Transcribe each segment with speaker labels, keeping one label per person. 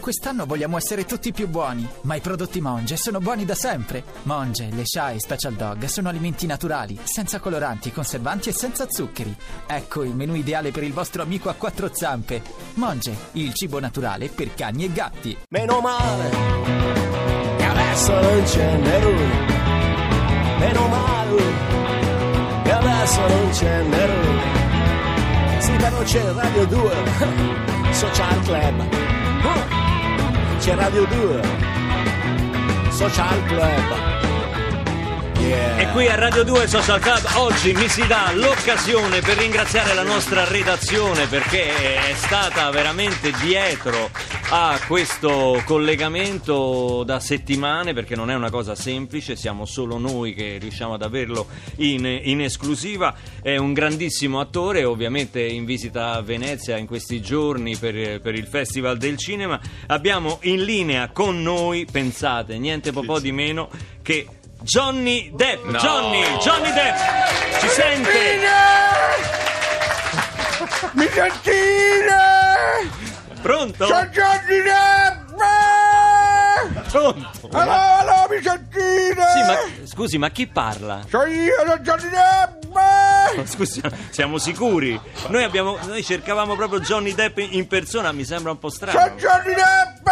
Speaker 1: quest'anno vogliamo essere tutti più buoni, ma i prodotti Monge sono buoni da sempre. Monge, le Sha e Special Dog sono alimenti naturali, senza coloranti, conservanti e senza zuccheri. Ecco il menù ideale per il vostro amico a quattro zampe. Monge, il cibo naturale per cani e gatti.
Speaker 2: Meno male che adesso non c'è Nerone. Meno male che adesso non c'è Nerone. Sì, però c'è Radio 2 Social Club. C'è Radio 2 Social Club. Yeah.
Speaker 3: E qui a Radio 2 Social Club oggi mi si dà l'occasione per ringraziare la nostra redazione, perché è stata veramente dietro a questo collegamento da settimane, perché non è una cosa semplice, siamo solo noi che riusciamo ad averlo in esclusiva. È un grandissimo attore, ovviamente in visita a Venezia in questi giorni per il Festival del Cinema. Abbiamo in linea con noi, pensate, niente po' di meno che Johnny Depp. No. Johnny Depp, ci sente?
Speaker 4: Mi sentite?
Speaker 3: Pronto?
Speaker 4: Sono Johnny Depp!
Speaker 3: Pronto?
Speaker 4: Allora, mi sentite?
Speaker 3: Sì, ma scusi, ma chi parla?
Speaker 4: Sono Johnny Depp!
Speaker 3: Scusi, siamo sicuri? Noi cercavamo proprio Johnny Depp in persona, mi sembra un po' strano.
Speaker 4: Sono Johnny Depp,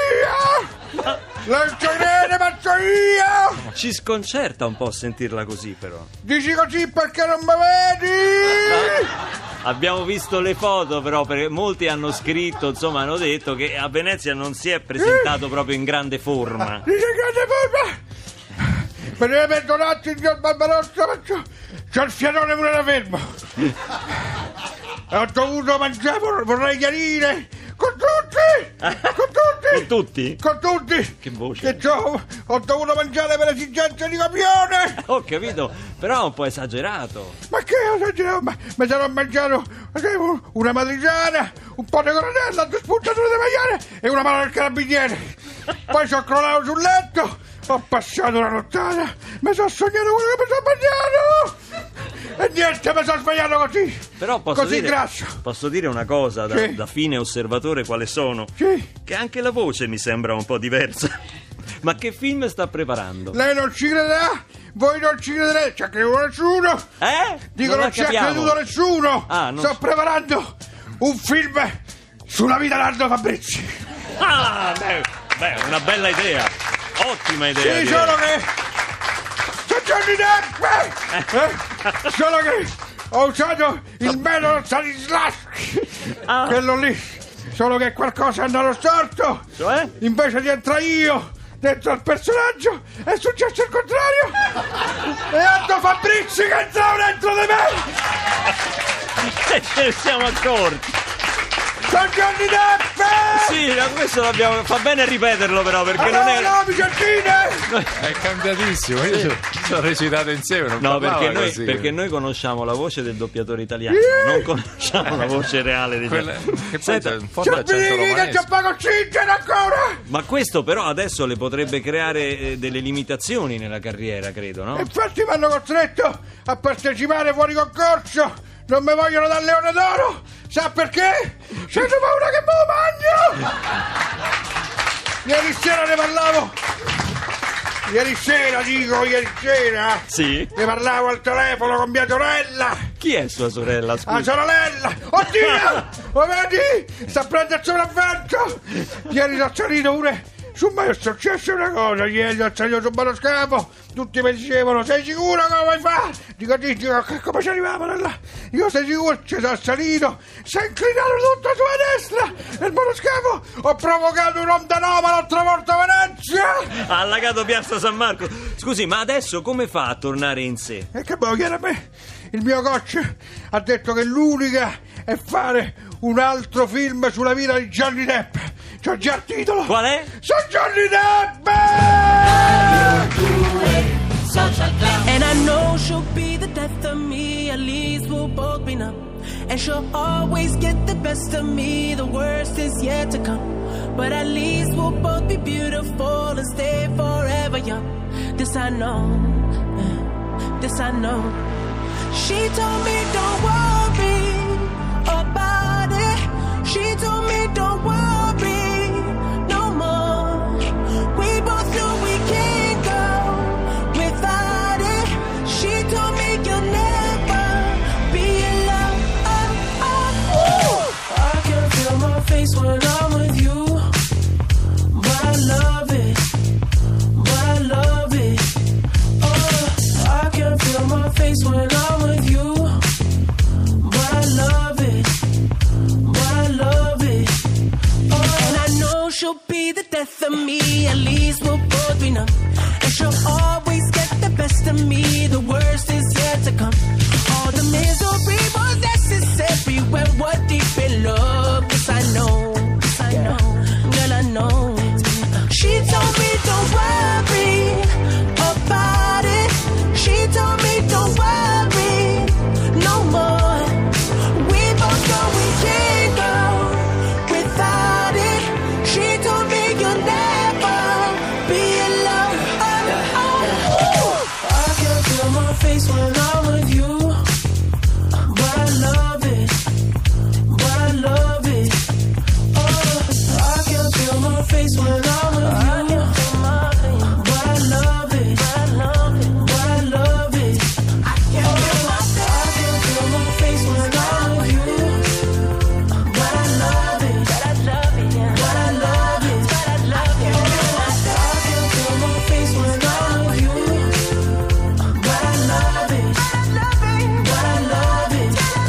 Speaker 4: non ci crede, ma sono io!
Speaker 3: Ci sconcerta un po' sentirla così, però.
Speaker 4: Dici così perché non mi vedi?
Speaker 3: Abbiamo visto le foto, però, perché molti hanno scritto, insomma, hanno detto che a Venezia non si è presentato proprio in grande forma.
Speaker 4: Dice grande forma? Me ne metto un attimo, signor Barbarossa, ma c'ho il fiatone pure da fermo. Ho dovuto mangiare, vorrei chiarire, con tutti.
Speaker 3: Che voce.
Speaker 4: Che ho dovuto mangiare per esigenze di copione.
Speaker 3: Ho capito, però è un po' esagerato.
Speaker 4: Ma che esagerato? Mi sarò mangiato una matriciana, un po' di coronella, 2 spuntature di maiale e una mano del carabiniere. Poi sono crollato sul letto, ho passato una nottata, mi sono sognato quello che mi sono mangiato. E niente, mi sono svegliato così.
Speaker 3: Però posso dire una cosa da fine osservatore quale sono?
Speaker 4: Sì.
Speaker 3: Che anche la voce mi sembra un po' diversa. Ma che film sta preparando?
Speaker 4: Lei non ci crederà, voi non ci crederete, ci ha creduto nessuno. Dico non ci ha creduto nessuno. Sto preparando un film sulla vita di Aldo Fabrizi.
Speaker 3: Beh, una bella idea. Ottima idea.
Speaker 4: Sì, solo che Johnny Depp! Solo che ho usato il metodo Stanislavski, quello lì. Solo che qualcosa è andato storto.
Speaker 3: Cioè?
Speaker 4: Invece di entrare io dentro al personaggio, è successo il contrario. E Aldo Fabrizi che entrava dentro di me.
Speaker 3: Ce ne siamo accorti.
Speaker 4: Sono Johnny Depp!
Speaker 3: Sì, questo fa bene ripeterlo, però, perché non è...
Speaker 4: No, mi sentite?
Speaker 5: È cambiato, io sono recitato insieme, non
Speaker 3: perché noi conosciamo la voce del doppiatore italiano, non conosciamo la voce reale di
Speaker 5: che
Speaker 4: c'è poco ossigeno ancora!
Speaker 3: Ma questo però adesso le potrebbe creare delle limitazioni nella carriera, credo, no?
Speaker 4: Infatti mi hanno costretto a partecipare fuori concorso. Non mi vogliono dal Leone d'Oro. Sa perché? C'hanno paura che me lo mangio. Ieri sera ne parlavo. Ieri sera.
Speaker 3: Sì?
Speaker 4: Ne parlavo al telefono con mia sorella.
Speaker 3: Chi è sua sorella, scusa?
Speaker 4: La sorella. Oddio. Lo vedi? Sta a prendere il sopravvento. Ieri sono salito pure. Insomma, è successa una cosa, ieri ho salito sul monoscafo, tutti mi dicevano, sei sicuro che lo vuoi fare? Dico, come ci arriviamo da là? Io sei sicuro, ci sono salito, si è inclinato tutto sulla destra, nel monoscafo ho provocato un'onda nova, l'ho travolto Venezia!
Speaker 3: Ha allagato Piazza San Marco. Scusi, ma adesso come fa a tornare in sé?
Speaker 4: E che vuoi chiedere a me? Il mio coach ha detto che l'unica è fare un altro film sulla vita di Johnny Depp. C'ho già il titolo.
Speaker 3: Qual è?
Speaker 4: Sono Johnny Depp!
Speaker 6: And I know she'll be the death of me. At least we'll both be numb. And she'll always get the best of me. The worst is yet to come. But at least we'll both be beautiful and stay forever young. This I know. This I know. She told me don't worry about it. She told me don't worry. she'll be the death of me. At least we'll both be numb. And she'll always get the best of me. The worst is yet to come. All the misery was necessary when we're deep in love. Yes, I know, girl, I know. She told me don't worry about it. She told me don't worry no more. We both know we can't go without it. She told me you'll never be alone. I can feel my face when I'm with you. But I love it. But I love it. Oh, I can feel my face when I'm with you. But I love it. But I love it. But I love it. I can feel my face when I'm with you. But I love it. But I love it. But I love it. But I love it. I can feel my face when I'm with you. But I love it. But I love it. But I love it.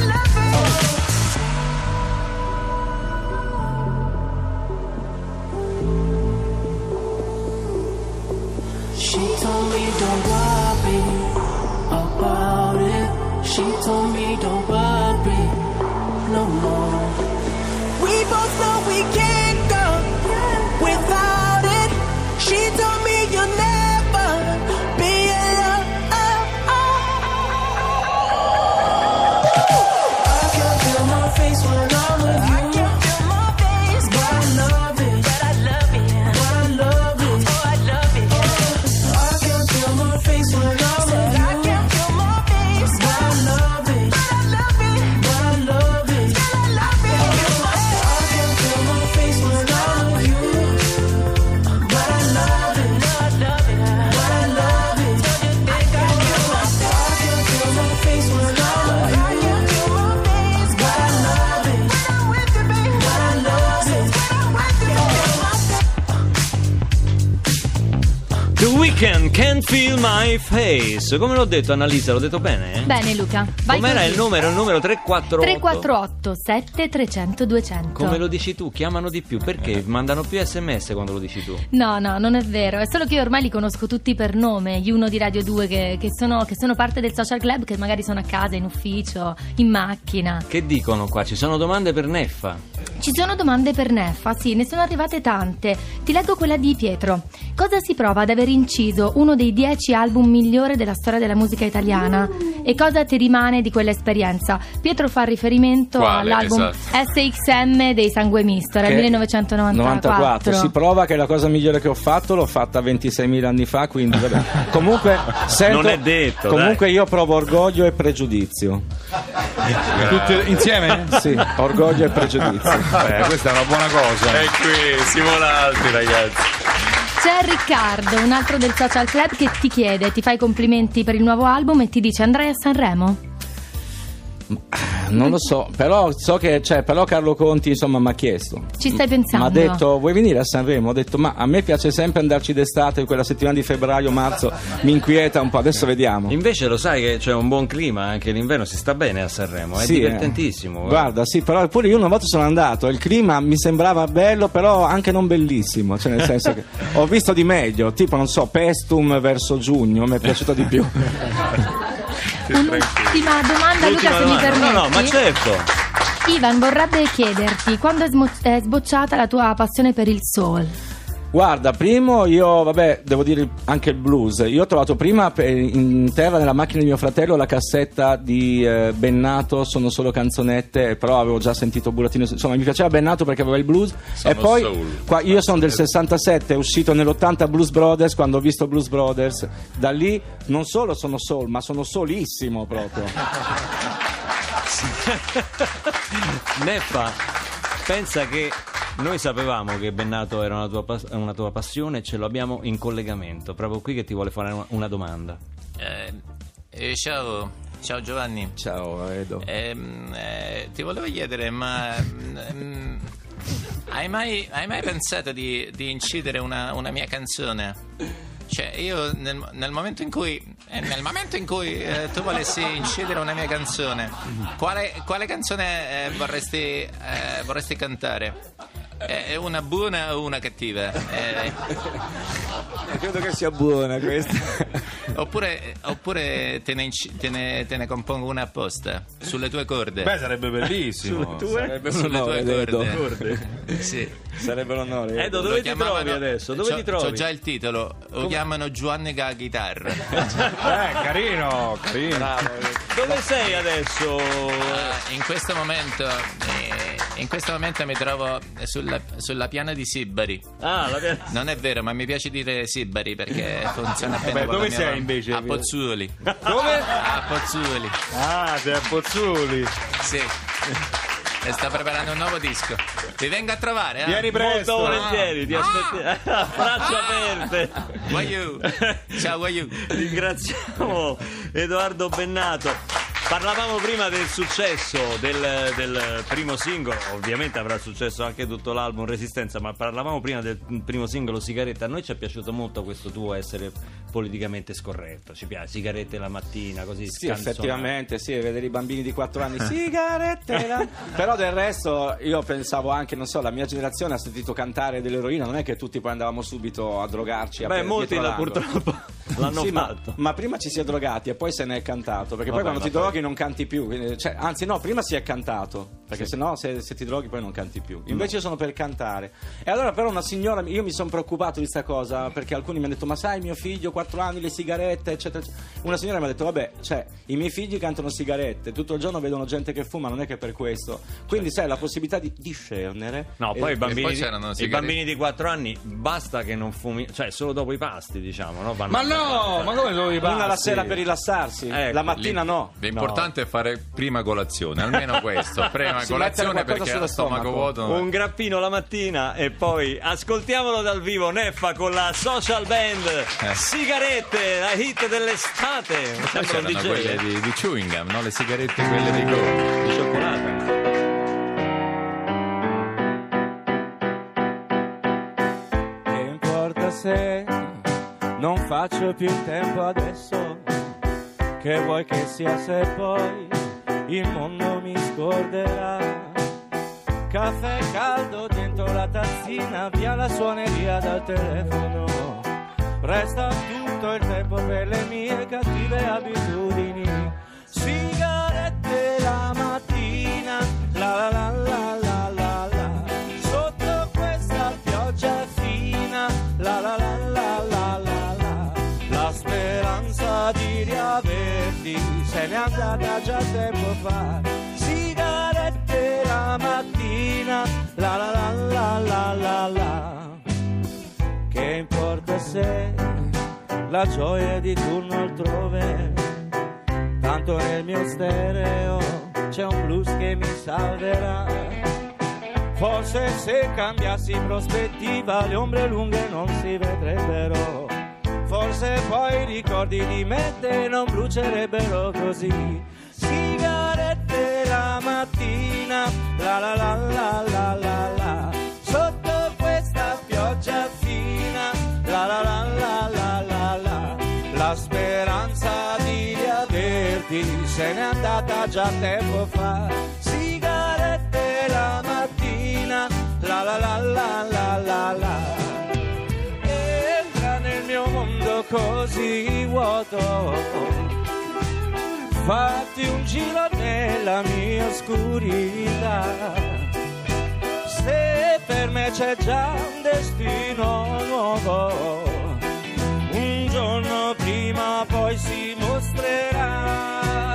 Speaker 6: She told me don't worry about it. She told me don't worry no more. We both know we can't go without it. She told me you'll never be alone. I can feel my face when I'm with you. But I love it. But I love it. But I love it. Oh, I love it. I can feel my face when I'm with you. I can feel my face. But I love it. But I love it. But I love it. But I love it. I can feel my face when I'm with you. But I love it. But I love it. But I love it. I can feel my face when I'm with you. I can feel my face. But I love it. When I'm with you, baby. But I love it. When I'm with you,
Speaker 3: The Weeknd, Can't Feel My Face. Come l'ho detto, Annalisa, l'ho detto bene?
Speaker 7: Bene, Luca. Vai.
Speaker 3: Com'era
Speaker 7: così.
Speaker 3: il numero? Il numero 348.
Speaker 7: 348 7300 200.
Speaker 3: Come lo dici tu? Chiamano di più. Perché? Mandano più SMS quando lo dici tu.
Speaker 7: No, non è vero. È solo che io ormai li conosco tutti per nome. Gli uno di Radio 2 che sono parte del social club, che magari sono a casa, in ufficio, in macchina.
Speaker 3: Che dicono qua? Ci sono domande per Neffa?
Speaker 7: Ci sono domande per Neffa, sì, ne sono arrivate tante. Ti leggo quella di Pietro. Cosa si prova ad aver inciso uno dei 10 album migliori della storia della musica italiana? E cosa ti rimane di quell'esperienza? Pietro fa riferimento
Speaker 5: Quale?
Speaker 7: all'album
Speaker 5: Esatto.
Speaker 7: SXM dei Sangue Misto, era il 1994.
Speaker 2: Si prova che la cosa migliore che ho fatto l'ho fatta 26.000 anni fa, quindi vabbè. Comunque sento,
Speaker 3: Non è detto,
Speaker 2: comunque io provo orgoglio e pregiudizio.
Speaker 5: Tutti insieme?
Speaker 2: Sì, orgoglio e pregiudizio.
Speaker 5: Questa è una buona cosa.
Speaker 3: E qui siamo alti, ragazzi.
Speaker 7: C'è Riccardo, un altro del social club, che ti chiede, ti fa i complimenti per il nuovo album e ti dice: andrai a Sanremo?
Speaker 2: Non lo so, però so che però Carlo Conti insomma mi ha chiesto.
Speaker 7: Ci stai pensando?
Speaker 2: Mi ha detto: vuoi venire a Sanremo? Ho detto: ma a me piace sempre andarci d'estate, quella settimana di febbraio, marzo mi inquieta un po', adesso vediamo.
Speaker 3: Invece lo sai che c'è un buon clima, anche l'inverno si sta bene a Sanremo, è
Speaker 2: Sì,
Speaker 3: divertentissimo.
Speaker 2: Guarda, sì, però pure io una volta sono andato, il clima mi sembrava bello, però anche non bellissimo, cioè nel senso che ho visto di meglio, tipo non so, Pestum verso giugno, mi è piaciuto di più.
Speaker 7: Un'ultima domanda, Luca, se mi permetti.
Speaker 3: No, ma certo.
Speaker 7: Ivan vorrebbe chiederti quando è sbocciata la tua passione per il soul.
Speaker 2: Guarda, primo io, devo dire anche il blues. Io ho trovato prima in terra nella macchina di mio fratello la cassetta di Bennato, Sono solo canzonette, però avevo già sentito Burattino, insomma mi piaceva Bennato perché aveva il blues. E poi io sono del 67, è uscito nell'80 Blues Brothers, quando ho visto Blues Brothers, da lì non solo sono soul, ma sono solissimo proprio.
Speaker 3: Neffa, pensa che noi sapevamo che Bennato era una tua passione, ce lo abbiamo in collegamento, proprio qui che ti vuole fare una domanda.
Speaker 8: Ciao Giovanni.
Speaker 2: Ciao Edo.
Speaker 8: Ti volevo chiedere, ma hai mai pensato di incidere una mia canzone? Cioè io nel momento in cui tu volessi incidere una mia canzone, quale canzone vorresti cantare? È una buona o una cattiva?
Speaker 2: Credo che sia buona questa.
Speaker 8: Oppure te ne compongo una apposta sulle tue corde.
Speaker 5: Beh, sarebbe bellissimo.
Speaker 2: Sarebbe un
Speaker 8: Sulle
Speaker 2: onore,
Speaker 8: tue
Speaker 2: Edo.
Speaker 8: corde. Sì.
Speaker 2: Sarebbe un onore.
Speaker 3: Edo, dove ti trovi adesso? Dove ti trovi?
Speaker 8: C'ho già il titolo. Lo chiamano Giovanni chitarra.
Speaker 5: Carino.
Speaker 2: Bravo.
Speaker 3: Dove sei adesso?
Speaker 8: In questo momento mi trovo sulla piana di Sibari. Non è vero, ma mi piace dire Sibari perché funziona bene.
Speaker 5: Beh,
Speaker 8: con la
Speaker 5: dove
Speaker 8: mia
Speaker 5: sei
Speaker 8: mamma.
Speaker 5: invece?
Speaker 8: A Pozzuoli.
Speaker 5: Dove?
Speaker 8: A Pozzuoli.
Speaker 5: Ah, sei a Pozzuoli.
Speaker 8: Sì. E sta preparando un nuovo disco. Vi vengo a trovare, eh?
Speaker 5: Vieni presto.
Speaker 3: Molto volentieri, ti aspettiamo. Braccia aperte.
Speaker 8: Voglio. Ciao, voglio.
Speaker 3: Ringraziamo Edoardo Bennato. Parlavamo prima del successo del primo singolo, ovviamente avrà successo anche tutto l'album Resistenza, ma parlavamo prima del primo singolo Sigaretta. A noi ci è piaciuto molto questo tuo essere politicamente scorretto, ci piace, sigarette la mattina, così
Speaker 2: Sì, effettivamente, sì, vedere i bambini di 4 anni, sigarette. Però del resto io pensavo anche, non so, la mia generazione ha sentito cantare dell'eroina, non è che tutti poi andavamo subito a drogarci.
Speaker 3: Beh, molti purtroppo l'hanno
Speaker 2: sì,
Speaker 3: fatto.
Speaker 2: ma prima ci si è drogati e poi se ne è cantato, perché poi quando ti droghi non canti più, quindi, cioè, anzi no, prima si è cantato, perché sennò se ti droghi poi non canti più. Invece io sono per cantare. E allora però una signora, io mi sono preoccupato di sta cosa, perché alcuni mi hanno detto, ma sai mio figlio 4 anni, le sigarette eccetera, eccetera. Una signora mi ha detto, vabbè, cioè i miei figli cantano sigarette, tutto il giorno vedono gente che fuma, non è che per questo, quindi sai, la possibilità di discernere.
Speaker 3: No, poi i
Speaker 8: poi c'erano
Speaker 3: i
Speaker 8: sigarette.
Speaker 3: bambini di 4 anni basta che non fumi, cioè solo dopo i pasti, diciamo, no?
Speaker 5: Ma no, ma come dovevi
Speaker 2: Una la
Speaker 5: passi?
Speaker 2: sera per rilassarsi,
Speaker 3: Ecco,
Speaker 2: la mattina no.
Speaker 5: L'importante è fare prima colazione, almeno questo. Prima
Speaker 2: Si
Speaker 5: colazione
Speaker 2: mettere qualcosa
Speaker 5: perché
Speaker 2: sullo
Speaker 5: a stomaco
Speaker 2: stomaco.
Speaker 5: vuoto.
Speaker 3: Un grappino la mattina e poi ascoltiamolo dal vivo Neffa con la Social Band. Sigarette, la hit dell'estate.
Speaker 5: Poi
Speaker 3: Sembra un
Speaker 5: c'erano
Speaker 3: DJ,
Speaker 5: quelle di chewing gum, no? Le sigarette quelle di go.
Speaker 3: di cioccolata.
Speaker 2: Che importa se non faccio più il tempo adesso, che vuoi che sia se poi il mondo mi scorderà. Caffè caldo dentro la tazzina, via la suoneria dal telefono, resta tutto il tempo per le mie cattive abitudini. Sigarette la mattina, la la la la la la la, sotto questa pioggia fina, la la la la la la la, la speranza di riaverti se n'è andata già tempo fa. Sigarette la mattina, la la la la la la la, che importa se la gioia è di turno altrove, tanto nel mio stereo c'è un blues che mi salverà. Forse se cambiassi prospettiva le ombre lunghe non si vedrebbero, forse poi i ricordi di mente non brucierebbero così. Sigarette la mattina, la la la la la la la, sotto questa pioggia fina, la la la la la la la, la speranza di riaverti se n'è andata già tempo fa. Sigarette la mattina, la la la la la la la, entra nel mio mondo così vuoto, fatti un giro nella mia oscurità. Se per me c'è già un destino nuovo, un giorno prima poi si mostrerà.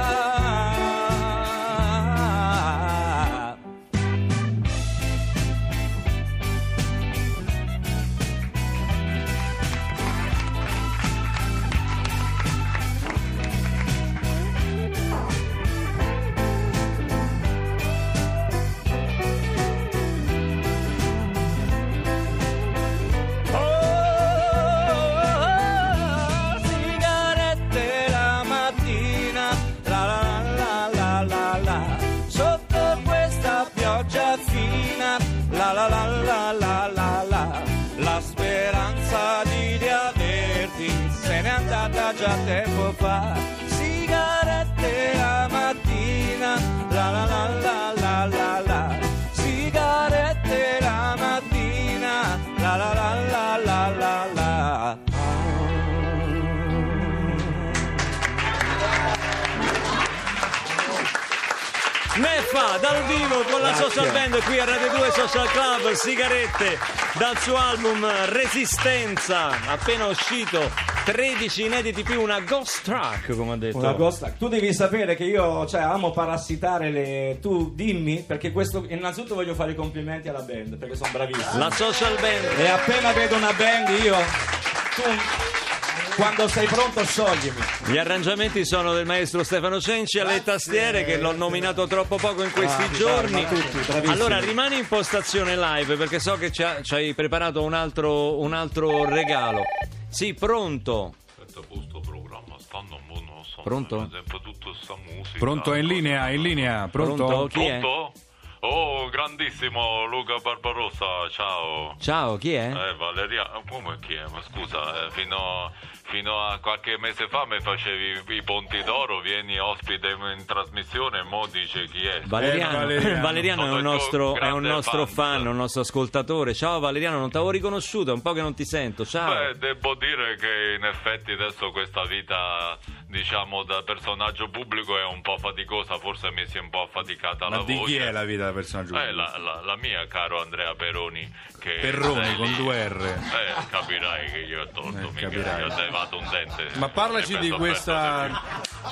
Speaker 2: La la la la la la la, la speranza di riaverti se n'è andata già tempo fa. Sigarette la mattina, la la la la la la la, sigarette la mattina. la la la la la la la.
Speaker 3: Neffa dal vivo con la Social Band qui a Radio 2 Social Club, sigarette dal suo album Resistenza, appena uscito, 13 inediti più una ghost track, come ha detto.
Speaker 2: Una ghost track. Tu devi sapere che io, cioè, amo parassitare le... Tu dimmi, perché questo... Innanzitutto voglio fare i complimenti alla band, perché sono bravissimi.
Speaker 3: La Social Band.
Speaker 2: E appena vedo una band io... Tu... Quando sei pronto scioglimi.
Speaker 3: Gli arrangiamenti sono del maestro Stefano Cenci alle tastiere, che l'ho nominato troppo poco in questi giorni. Allora rimani in postazione live, perché so che ci hai preparato un altro regalo. Sì, pronto?
Speaker 5: Questo programma stanno non so.
Speaker 3: Pronto?
Speaker 5: Per esempio tutta sta musica.
Speaker 9: Pronto, è in linea, pronto?
Speaker 3: Chi è?
Speaker 5: Pronto? Oh, grandissimo Luca Barbarossa, ciao.
Speaker 3: Ciao, chi è?
Speaker 5: Valeriano, come chi è? Ma scusa, fino a qualche mese fa mi facevi i ponti d'oro, vieni ospite in trasmissione e mo dice chi è.
Speaker 3: Valeriano è un nostro
Speaker 5: fan,
Speaker 3: un nostro ascoltatore. Ciao Valeriano, non ti avevo riconosciuto, è un po' che non ti sento. Ciao.
Speaker 5: Beh, devo dire che in effetti adesso questa vita, diciamo, da personaggio pubblico è un po' faticosa, forse mi si è un po' affaticata la voce.
Speaker 9: Ma di chi è la vita da personaggio pubblico?
Speaker 5: La mia, caro Andrea Peroni. Che
Speaker 9: Perroni con 2 R.
Speaker 5: Capirai che io ho tolto, mica, io ho levato un dente.
Speaker 9: Ma parlaci di questa...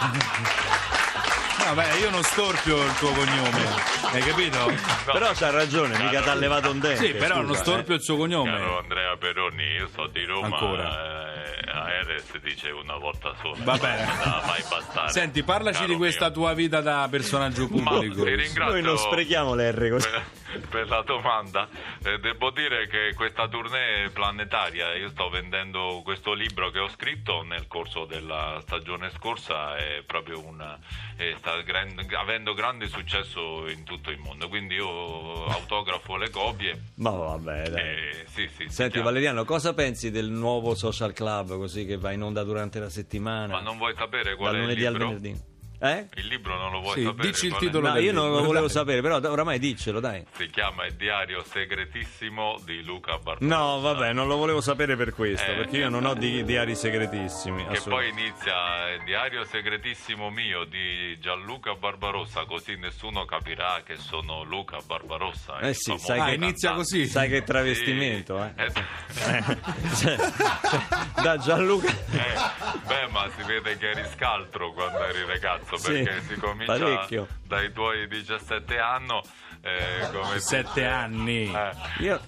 Speaker 9: Vabbè, io non storpio il tuo cognome, hai capito?
Speaker 5: No.
Speaker 3: Però c'ha ragione, mica ti ha levato un dente.
Speaker 9: Sì, però non storpio il suo cognome.
Speaker 5: Caro Andrea Peroni, io sto di Roma.
Speaker 9: Ancora.
Speaker 5: A Eres dice una volta sola.
Speaker 9: Va bene.
Speaker 5: Non deve mai bastare.
Speaker 9: Senti, parlaci di questa tua vita da personaggio pubblico.
Speaker 5: Ti ringrazio.
Speaker 3: Noi non sprechiamo l'R così.
Speaker 5: Per la domanda. Devo dire che questa tournée planetaria, io sto vendendo questo libro che ho scritto nel corso della stagione scorsa, è proprio sta avendo grande successo in tutto il mondo, quindi io autografo le copie.
Speaker 3: Ma vabbè, dai.
Speaker 5: Sì,
Speaker 3: Senti Valeriano, cosa pensi del nuovo Social Club così che va in onda durante la settimana?
Speaker 5: Ma non vuoi sapere qual è il
Speaker 3: lunedì
Speaker 5: libro?
Speaker 3: al venerdì? Il
Speaker 5: libro non lo vuoi
Speaker 9: Sì,
Speaker 5: sapere?
Speaker 9: dici il titolo.
Speaker 3: No, io non lo volevo
Speaker 9: dai.
Speaker 3: sapere, però oramai diccelo, dai.
Speaker 5: Si chiama Il diario segretissimo di Luca Barbarossa.
Speaker 3: No, vabbè, non lo volevo sapere per questo, perché io non ho diari segretissimi.
Speaker 5: Che poi inizia Il diario segretissimo mio di Gianluca Barbarossa, così nessuno capirà che sono Luca Barbarossa.
Speaker 3: Sì, sai che
Speaker 9: inizia così.
Speaker 3: Sai che travestimento,
Speaker 5: Sì.
Speaker 3: Da Gianluca.
Speaker 5: Beh, ma si vede che eri scaltro quando eri ragazzo,
Speaker 3: Sì,
Speaker 5: perché si comincia
Speaker 3: parecchio.
Speaker 5: dai tuoi 17 anni. Come
Speaker 9: 7 anni.
Speaker 3: Io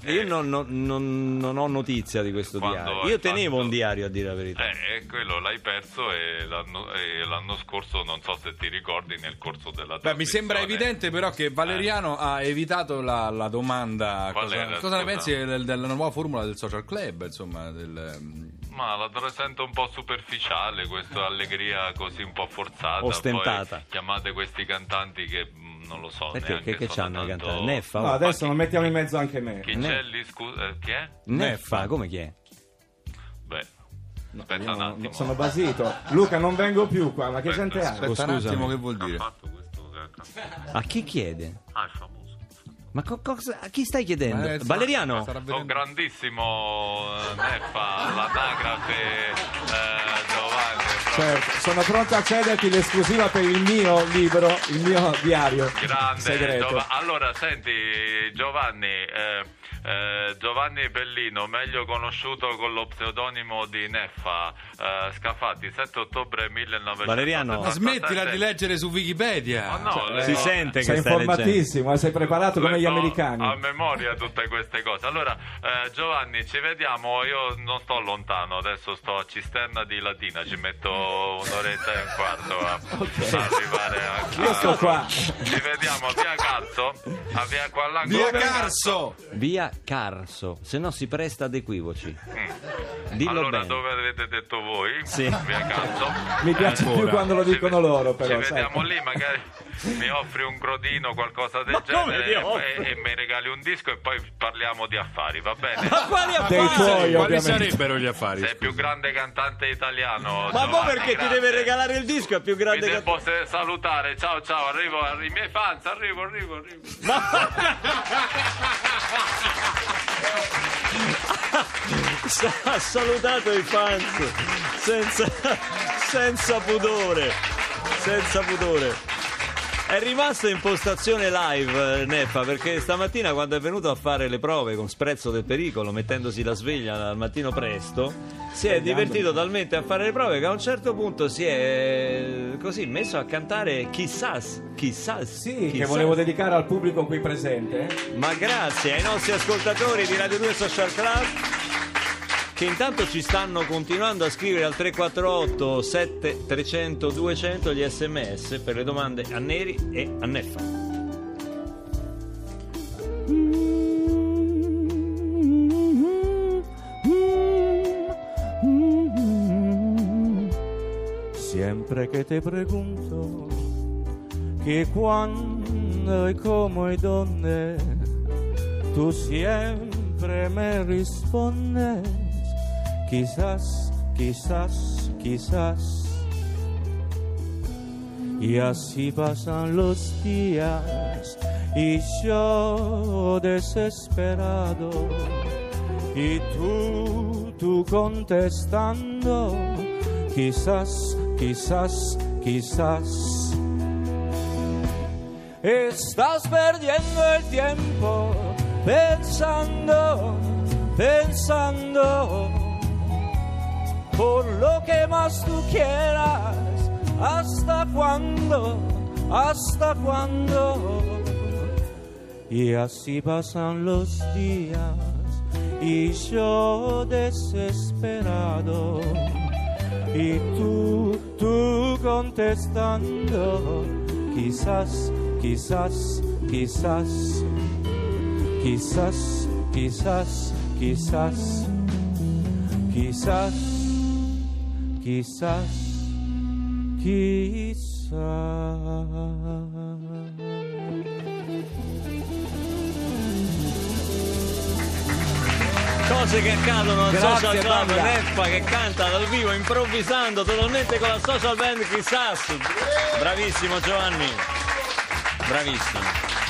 Speaker 3: non ho notizia di questo
Speaker 5: Quando
Speaker 3: diario.
Speaker 5: hai
Speaker 3: Io tenevo
Speaker 5: fatto-
Speaker 3: un diario, a dire la verità.
Speaker 5: Quello l'hai perso e l'anno scorso, non so se ti ricordi, nel corso della
Speaker 9: Beh, mi sembra
Speaker 5: trasmissione.
Speaker 9: evidente però che Valeriano ha evitato la domanda.
Speaker 5: Qual era,
Speaker 9: Cosa ne
Speaker 5: scusa?
Speaker 9: pensi della nuova formula del social club, insomma,
Speaker 5: Ma la presento un po' superficiale, questa allegria così un po' forzata.
Speaker 3: Ostentata.
Speaker 5: Poi chiamate questi cantanti che non lo so
Speaker 3: Perché?
Speaker 5: neanche
Speaker 3: Che
Speaker 5: sono
Speaker 3: c'hanno
Speaker 5: tanto...
Speaker 3: cantare? Neffa?
Speaker 2: No,
Speaker 3: Oh.
Speaker 2: adesso non mettiamo in mezzo anche me.
Speaker 5: Chicelli, scusa, chi è?
Speaker 3: Neffa, come chi è?
Speaker 5: Beh, aspetta
Speaker 2: Io
Speaker 5: un
Speaker 2: no,
Speaker 5: attimo.
Speaker 2: sono basito. Luca, non vengo più qua, ma che gente hai?
Speaker 9: Aspetta un attimo, che vuol
Speaker 5: Ha
Speaker 9: dire?
Speaker 5: fatto questo che ha cantato?
Speaker 3: A chi chiede?
Speaker 5: È famoso.
Speaker 3: Ma a chi stai chiedendo? Valeriano?
Speaker 9: Starà
Speaker 5: Un
Speaker 9: vedendo.
Speaker 5: grandissimo Neffa, l'anagrafe Giovanni.
Speaker 2: Certo, sono pronto a cederti l'esclusiva per il mio libro, il mio diario
Speaker 5: Grande
Speaker 2: segreto.
Speaker 5: Allora senti Giovanni Bellino, meglio conosciuto con lo pseudonimo di Neffa, Scafati, 7 ottobre 1977.
Speaker 3: Valeriano.
Speaker 9: Ma smettila di leggere su Wikipedia.
Speaker 5: Ma no,
Speaker 3: Si sente che
Speaker 2: Sei
Speaker 3: stai leggendo.
Speaker 2: informatissimo, sei preparato come gli
Speaker 5: Leggo
Speaker 2: americani.
Speaker 5: a memoria tutte queste cose. Allora Giovanni, ci vediamo, io non sto lontano, adesso sto a Cisterna di Latina, ci metto un'oretta e un quarto a arrivare a
Speaker 2: Io sto qua.
Speaker 5: Ci vediamo a Via Carso, a Via Quallà.
Speaker 9: Via Carso!
Speaker 3: Via Carso, se no si presta ad equivoci. Dillo
Speaker 5: Allora
Speaker 3: bene.
Speaker 5: dove avete detto voi?
Speaker 3: Sì.
Speaker 5: Via Carso.
Speaker 2: Mi piace più quando lo dicono loro, però.
Speaker 5: Ci
Speaker 2: sai.
Speaker 5: vediamo lì, magari mi offri un grodino, qualcosa del
Speaker 3: Ma come
Speaker 5: genere
Speaker 3: ti offro?
Speaker 5: e mi regali un disco e poi parliamo di affari, va bene?
Speaker 3: Ma quali
Speaker 2: Dei
Speaker 3: affari?
Speaker 2: tuoi,
Speaker 9: Quali
Speaker 2: ovviamente.
Speaker 9: sarebbero gli affari?
Speaker 5: Sei il più grande cantante italiano.
Speaker 3: Ma poi
Speaker 5: Giovanni,
Speaker 3: perché ti
Speaker 5: grazie.
Speaker 3: deve regalare il disco? È più
Speaker 5: Mi
Speaker 3: grande che...
Speaker 5: devo salutare, ciao, arrivo i miei fans, arrivo.
Speaker 3: Ma... ha salutato i fans senza pudore. È rimasto in postazione live Neffa, perché stamattina quando è venuto a fare le prove con Sprezzo del Pericolo, mettendosi la sveglia al mattino presto, si è divertito talmente a fare le prove che a un certo punto si è così messo a cantare Chissas.
Speaker 2: Sì, che volevo dedicare al pubblico qui presente.
Speaker 3: Ma grazie ai nostri ascoltatori di Radio 2 Social Club, che intanto ci stanno continuando a scrivere al 348 7300 200 gli sms per le domande a Neri e a Neffa.
Speaker 2: Siempre que te pregunto que cuándo y cómo y dónde, tú siempre me respondes quizás, quizás, quizás. Y así pasan los días y yo desesperado, y tú contestando quizás, quizás, quizás. Estás perdiendo el tiempo pensando por lo que más tú quieras. ¿Hasta cuándo? ¿Hasta cuándo? Y así pasan los días y yo desesperado, y tú contestando quizás, quizás, quizás, quizás, quizás, quizás, quizás, quizás, quizás.
Speaker 3: Cose che accadono al
Speaker 2: Grazie,
Speaker 3: Social Club,
Speaker 2: banda.
Speaker 3: Neffa che canta dal vivo improvvisando totalmente con la social band Chissas. Bravissimo Giovanni, bravissimo.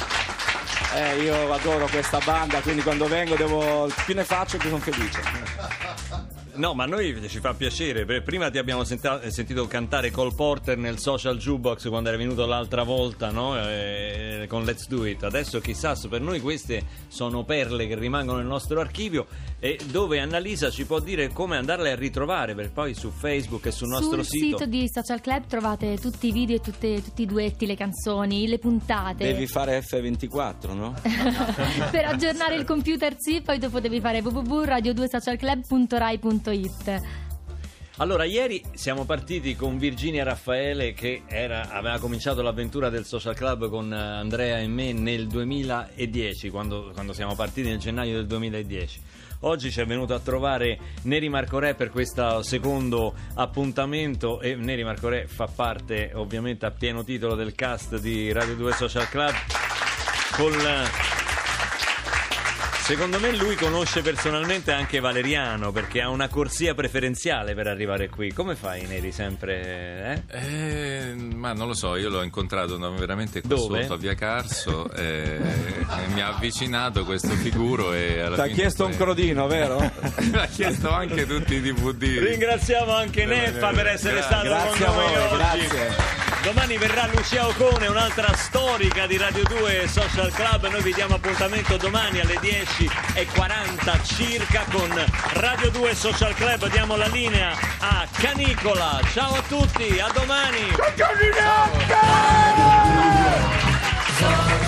Speaker 2: Io adoro questa banda, quindi quando vengo più ne faccio più sono felice.
Speaker 3: No, ma a noi ci fa piacere. Prima ti abbiamo sentito cantare Cole Porter nel Social Jukebox quando era venuto l'altra volta, no? Con Let's Do It. Adesso chissà, per noi queste sono perle che rimangono nel nostro archivio, e dove Annalisa ci può dire come andarle a ritrovare, per poi su Facebook e sul nostro
Speaker 7: sito. Sul sito di Social Club trovate tutti i video e tutti i duetti, le canzoni, le puntate.
Speaker 2: Devi fare F24, no?
Speaker 7: Per aggiornare il computer sì, poi dopo devi fare www.radio2socialclub.rai.it.
Speaker 3: Allora, ieri siamo partiti con Virginia Raffaele, che aveva cominciato l'avventura del Social Club con Andrea e me nel 2010, quando siamo partiti nel gennaio del 2010. Oggi ci è venuto a trovare Neri Marco Re per questo secondo appuntamento, e Neri Marco Re fa parte ovviamente a pieno titolo del cast di Radio 2 Social Club. Secondo me lui conosce personalmente anche Valeriano, perché ha una corsia preferenziale per arrivare qui. Come fai, Neri, sempre?
Speaker 9: Ma non lo so, io l'ho incontrato veramente qua
Speaker 3: Dove?
Speaker 9: sotto a Via Carso, mi ha avvicinato questo figuro e alla
Speaker 2: Ti ha
Speaker 9: fine
Speaker 2: chiesto un crodino, vero?
Speaker 9: mi ha chiesto anche tutti i DVD.
Speaker 3: Ringraziamo anche Neffa per essere stato
Speaker 2: Grazie
Speaker 3: con
Speaker 2: a
Speaker 3: noi
Speaker 2: voi,
Speaker 3: oggi.
Speaker 2: grazie.
Speaker 3: Domani verrà Lucia Ocone, un'altra storica di Radio 2 Social Club. Noi vi diamo appuntamento domani alle 10:40 circa con Radio 2 Social Club. Diamo la linea a Canicola. Ciao a tutti, a domani.
Speaker 4: Ciao.